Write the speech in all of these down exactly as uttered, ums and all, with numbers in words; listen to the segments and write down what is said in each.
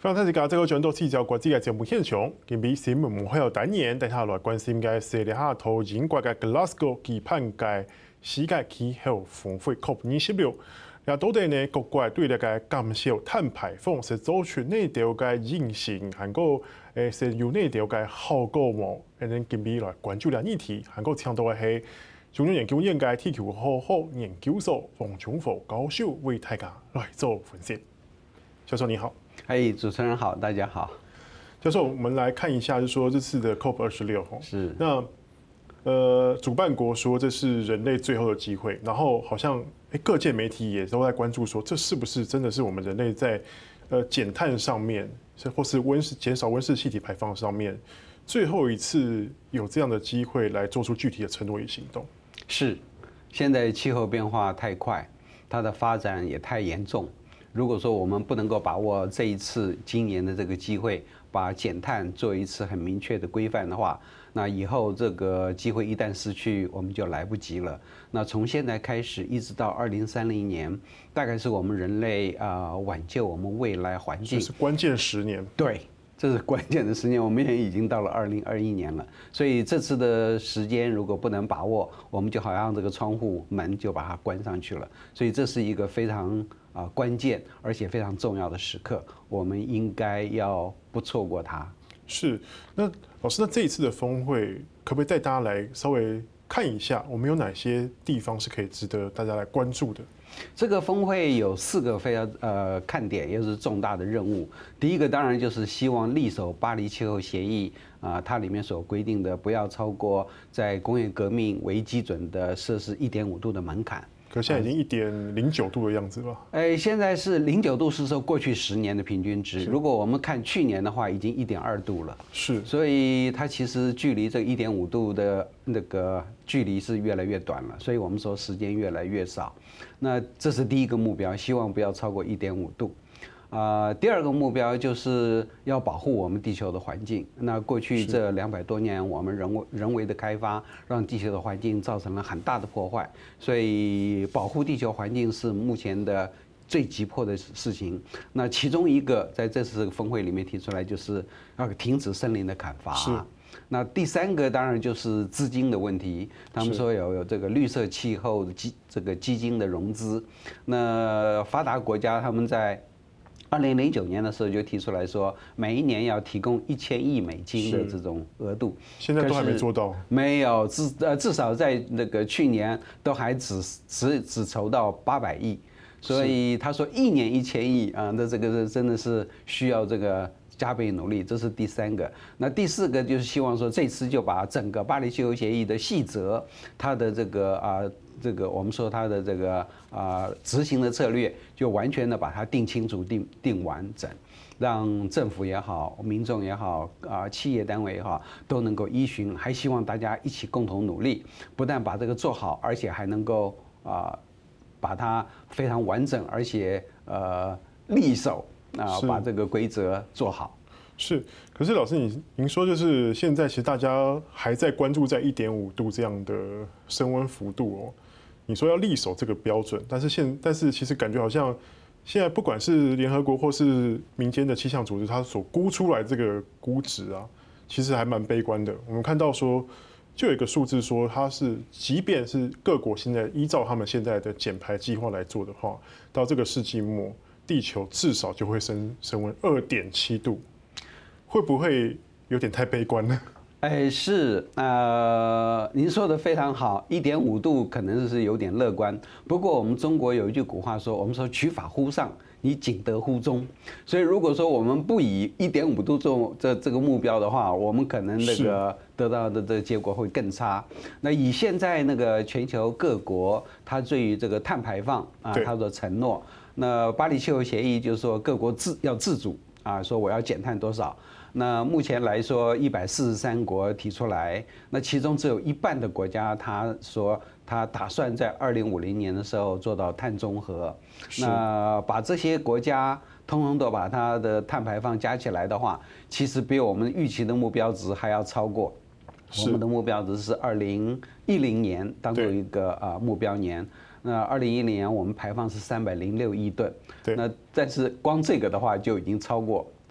歡迎大家這個轉到四條國際嘅節目現場，今日新聞幕後單元帶下來關心嘅係列下頭英國嘅 Glasgow 舉辦嘅世界氣候峰會 C O P 二十六。嗱，到底呢各國對呢個減少碳排放是做出哪條嘅影響，還個誒是有哪條嘅效果喎？誒，今日來關注呢議題，還個倡導嘅係中央研究院嘅地球科學研究所黃忠福教授為大家來做分析。教授你好。 哎，主持人好，大家好。 教授，我们来看一下，就是说这次的 C O P 二十六， 是那呃，主办国说这是人类最后的机会，然后好像哎，各界媒体也都在关注说，这是不是真的是我们人类在呃减碳上面，或是温室减少温室气体排放上面，最后一次有这样的机会来做出具体的承诺与行动？ 是，现在气候变化太快，它的发展也太严重。如果说我们不能够把握这一次今年的这个机会，把减碳做一次很明确的规范的话，那以后这个机会一旦失去，我们就来不及了。那从现在开始一直到二零三零年，大概是我们人类啊、呃、挽救我们未来环境， 这是关键十年。 对。这是关键的十年，我们也已经到了二零二一年了，所以这次的时间如果不能把握，我们就好像这个窗户门就把它关上去了。所以这是一个非常啊关键而且非常重要的时刻，我们应该要不错过它。 是，那老师，那这一次的峰会可不可以带大家来稍微看一下，我们有哪些地方是可以值得大家来关注的？ 这个峰会有四个非常呃看点，也是重大的任务。第一个当然就是希望力守巴黎气候协议啊、呃，它里面所规定的不要超过在工业革命为基准的摄氏一点五度的门槛。 可现在已经一点零九度的样子吧？ 哎，现在是零九度是说过去十年的平均值。如果我们看去年的话，已经一点二度了。 是， 所以它其实距离这一点五度的那个距离是越来越短了。所以我们说时间越来越少。那这是第一个目标，希望不要超过一点五度。啊、呃，第二个目标就是要保护我们地球的环境。那过去这两百多年，我们人为人为的开发，让地球的环境造成了很大的破坏。所以保护地球环境是目前的最急迫的事情。那其中一个在这次峰会里面提出来，就是要停止森林的砍伐。 是。 那第三个当然就是资金的问题，他们说有有这个绿色气候的基这个基金的融资。那发达国家他们在二零零九年的时候就提出来说，每一年要提供一千亿美金的这种额度， 现在都还没做到。 没有，至呃至少在那个去年都还只只只筹到八百亿，所以他说一年一千亿啊，那这个是真的是需要这个加倍努力，这是第三个。那第四个就是希望说这次就把整个巴黎气候协议的细则，它的这个啊。这个我们说它的这个啊、呃、执行的策略，就完全的把它定清楚、定定完整，让政府也好、民众也好啊、呃、企业单位也好都能够依循。还希望大家一起共同努力，不但把这个做好，而且还能够啊、呃、把它非常完整，而且呃力守啊、呃、把这个规则做好。 是，可是老师您您说就是现在其实大家还在关注在一点五度这样的升温幅度哦。你说要力守这个标准，但是现但是其实感觉好像现在不管是联合国或是民间的气象组织，它所估出来这个估值啊，其实还蛮悲观的。我们看到说，就有一个数字说，它是即便是各国现在依照他们现在的减排计划来做的话，到这个世纪末，地球至少就会升升温二点七度，会不会有点太悲观呢？ 哎，是，呃，您说的非常好，一点五度可能是有点乐观。不过我们中国有一句古话说，我们说取法乎上，你仅得乎中。所以如果说我们不以一点五度做这这个目标的话，我们可能那个得到的这个结果会更差。那以现在那个全球各国它对于这个碳排放啊，它的承诺，那巴黎气候协议就是说各国自要自主啊，说我要减碳多少。那目前来说，一百四十三国提出来，那其中只有一半的国家，他说他打算在二零五零年的时候做到碳中和。那把这些国家通通都把它的碳排放加起来的话，其实比我们预期的目标值还要超过。我们的目标值是二零一零年当做一个啊目标年。那二零一零年我们排放是三百零六亿吨。那但是光这个的话就已经超过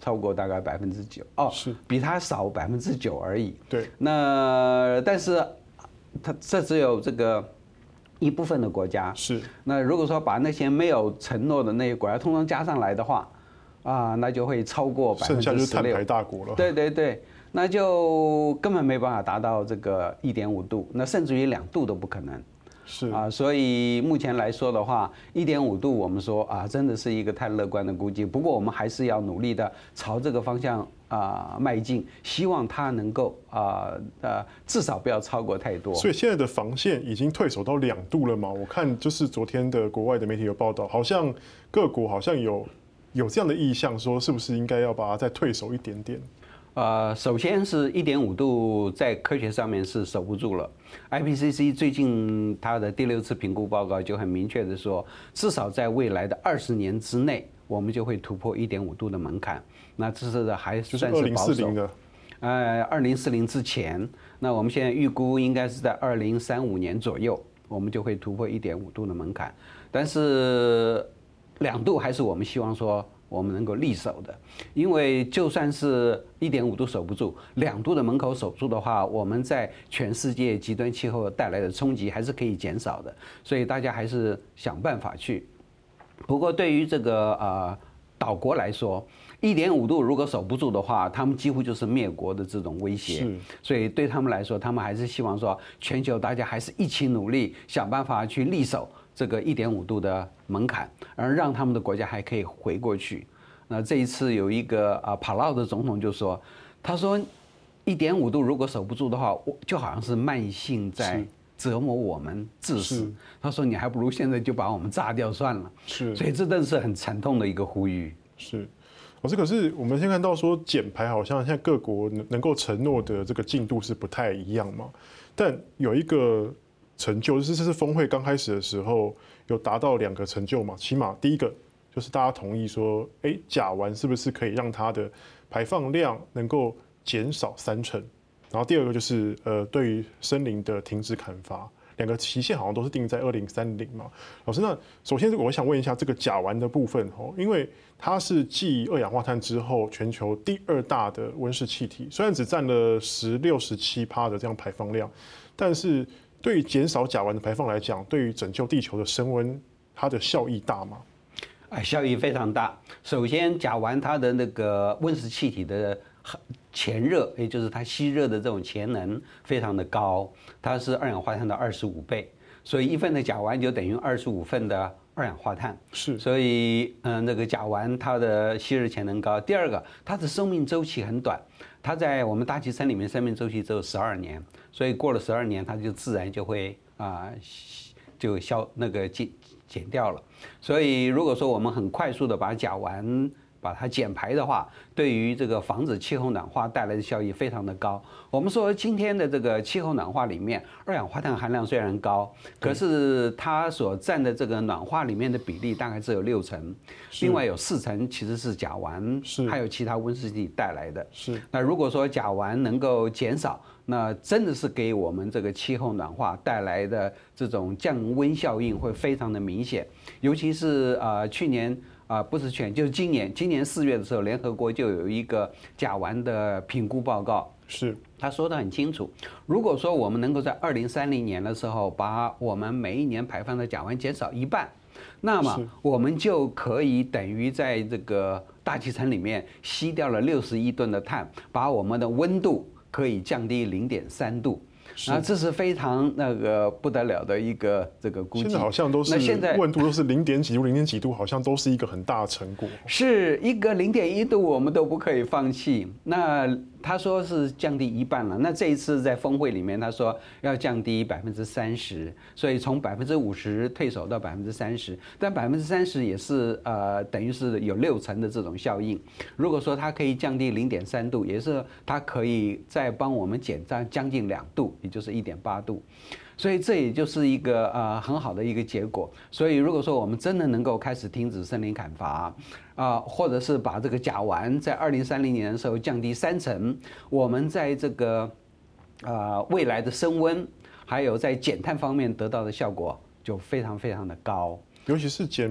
超过大概百分之九哦， 是比它少百分之九而已。 对， 那但是它这只有这个一部分的国家是。 那如果说把那些没有承诺的那些国家通通加上来的话，啊，那就会超过百分之十六。 剩下就是碳排大国了。 对对对，那就根本没办法达到这个一点五度，那甚至于两度都不可能。 是啊，所以目前来说的话，一点五度，我们说啊，真的是一个太乐观的估计。不过我们还是要努力的朝这个方向啊迈进，希望它能够啊呃至少不要超过太多。 所以现在的防线已经退守到两度了嘛？我看就是昨天的国外的媒体有报道，好像各国好像有有这样的意向，说是不是应该要把它再退守一点点？ 呃，首先是一点五度，在科学上面是守不住了。I P C C 最近它的第六次评估报告就很明确的说，至少在未来的二十年之内，我们就会突破一点五度的门槛。那这是还算是保守的。呃，二零四零之前，那我们现在预估应该是在二零三五年左右，我们就会突破一点五度的门槛。但是两度还是我们希望说我们能够力守的，因为就算是一点五度守不住，两度的门口守住的话，我们在全世界极端气候带来的冲击还是可以减少的，所以大家还是想办法去。不过对于这个呃岛国来说，一点五度如果守不住的话，他们几乎就是灭国的这种威胁。所以对他们来说，他们还是希望说，全球大家还是一起努力，想办法去力守这个一点五度的门槛，而让他们的国家还可以回过去。那这一次有一个啊帕劳的总统就说，他说一点五度如果守不住的话，我就好像是慢性在折磨我们致死。他说你还不如现在就把我们炸掉算了。 是， 所以这真的是很惨痛的一个呼吁。 是。老师，可是我们先看到说减排好像现在各国能够承诺的这个进度是不太一样嘛，但有一个成就就是这次峰会刚开始的时候有达到两个成就嘛，起码第一个就是大家同意说，哎，甲烷是不是可以让它的排放量能够减少三成，然后第二个就是呃对于森林的停止砍伐。两个期限好像都是定在二零三零嘛。老师，那首先我想问一下这个甲烷的部分哦，因为它是继二氧化碳之后全球第二大的温室气体，虽然只占了十六、十七趴的这样排放量，但是对于减少甲烷的排放来讲，对于拯救地球的升温，它的效益大吗？ 哎，效益非常大。首先，甲烷它的那个温室气体的潜热，也就是它吸热的这种潜能非常的高，它是二氧化碳的二十五倍，所以一份的甲烷就等于二十五份的二氧化碳。 是， 所以嗯、呃，那个甲烷它的吸热潜能高。第二个，它的生命周期很短，它在我们大气层里面生命周期只有十二年，所以过了十二年，它就自然就会啊、呃、就消那个减减掉了。所以如果说我们很快速的把甲烷把它减排的话，对于这个防止气候暖化带来的效益非常的高。我们说今天的这个气候暖化里面，二氧化碳含量虽然高，可是它所占的这个暖化里面的比例大概只有六成，另外有四成其实是甲烷，还有其他温室气体带来的。 是。 那如果说甲烷能够减少，那真的是给我们这个气候暖化带来的这种降温效应会非常的明显，尤其是呃去年。啊，不是去年，就是今年。今年四月的时候，联合国就有一个甲烷的评估报告， 是他说得很清楚。如果说我们能够在二零三零年的时候，把我们每一年排放的甲烷减少一半，那么我们就可以等于在这个大气层里面吸掉了六十亿吨的碳，把我们的温度可以降低零点三度。啊，这是非常那个不得了的一个这个估计。 现在好像都是温度都是零点几度、零点几度，好像都是一个很大的成果。 是一个零点一度，我们都不可以放弃。那他说是降低一半了。那这一次在峰会里面，他说要降低百分之三十，所以从百分之五十退守到百分之三十。但百分之三十也是呃，等于是有六成的这种效应。如果说它可以降低零点三度，也是它可以再帮我们减将将近两度。也就是一点八度，所以这也就是一个呃很好的一个结果。所以如果说我们真的能够开始停止森林砍伐，啊、呃，或者是把这个甲烷在二零三零年的时候降低三成，我们在这个呃未来的升温，还有在减碳方面得到的效果就非常非常的高。 尤其是减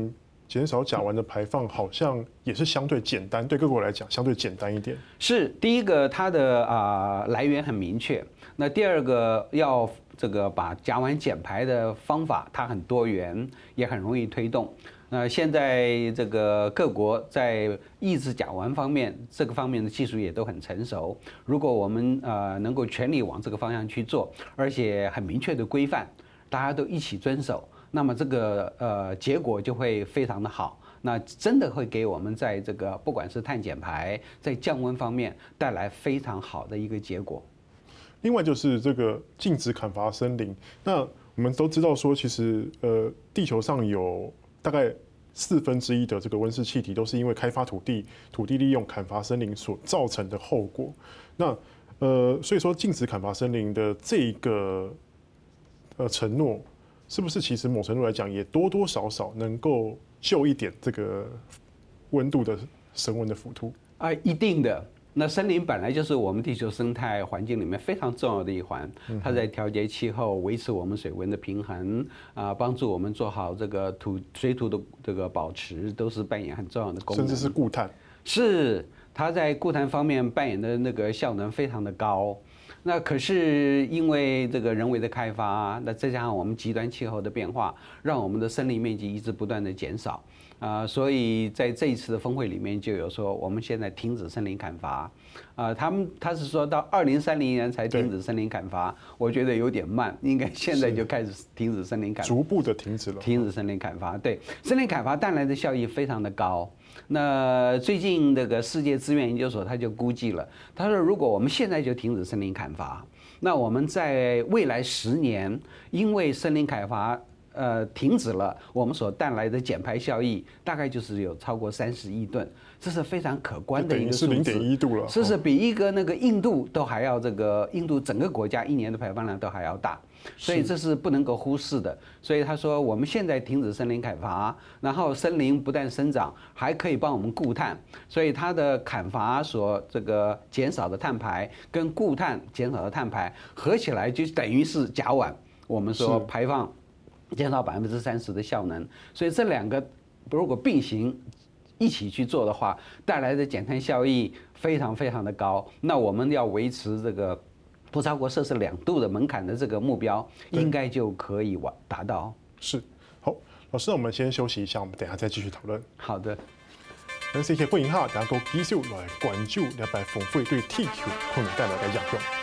减少甲烷的排放，好像也是相对简单，对各国来讲相对简单一点。 是第一个，它的啊、呃、来源很明确。那第二个，要这个把甲烷减排的方法，它很多元，也很容易推动。那现在这个各国在抑制甲烷方面，这个方面的技术也都很成熟。如果我们呃能够全力往这个方向去做，而且很明确的规范，大家都一起遵守，那么这个呃结果就会非常的好。那真的会给我们在这个不管是碳减排，在降温方面带来非常好的一个结果。 另外就是这个禁止砍伐森林。那我们都知道说，其实呃地球上有大概四分之一的这个温室气体都是因为开发土地、土地利用、砍伐森林所造成的后果。那呃，所以说禁止砍伐森林的这个呃承诺，是不是其实某程度来讲也多多少少能够救一点这个温度的升温的幅度？ 啊，一定的。那森林本来就是我们地球生态环境里面非常重要的一环，它在调节气候、维持我们水温的平衡啊，帮助我们做好这个土水土的这个保持，都是扮演很重要的功能。 甚至是固碳， 是它在固碳方面扮演的那个效能非常的高。那可是因为这个人为的开发，那再加上我们极端气候的变化，让我们的森林面积一直不断的减少。啊、呃，所以在这一次的峰会里面就有说，我们现在停止森林砍伐，啊、呃，他们他是说到二零三零年才停止森林砍伐，我觉得有点慢，应该现在就开始停止森林砍伐， 逐步的停止了， 停止森林砍伐，对，森林砍伐带来的效益非常的高。那最近这个世界资源研究所他就估计了，他说如果我们现在就停止森林砍伐，那我们在未来十年，因为森林砍伐呃停止了，我们所带来的减排效益大概就是有超过三十亿吨，这是非常可观的一个数字， 是零点一度了， 这是比一个那个印度都还要这个印度整个国家一年的排放量都还要大。所以这是不能够忽视的。所以他说，我们现在停止森林砍伐，然后森林不但生长，还可以帮我们固碳。所以它的砍伐所这个减少的碳排跟固碳减少的碳排合起来，就等于是甲烷我们说排放减少百分之三十的效能。所以这两个如果并行一起去做的话，带来的减碳效益非常非常的高。那我们要维持这个不超过摄氏两度的门槛的这个目标，应该就可以完达到。 是，好，老师，那我们先休息一下，我们等一下再继续讨论。 好的。 N C K 歡迎下，大家繼續來關注禮拜峰會對地球可能帶來嘅影響。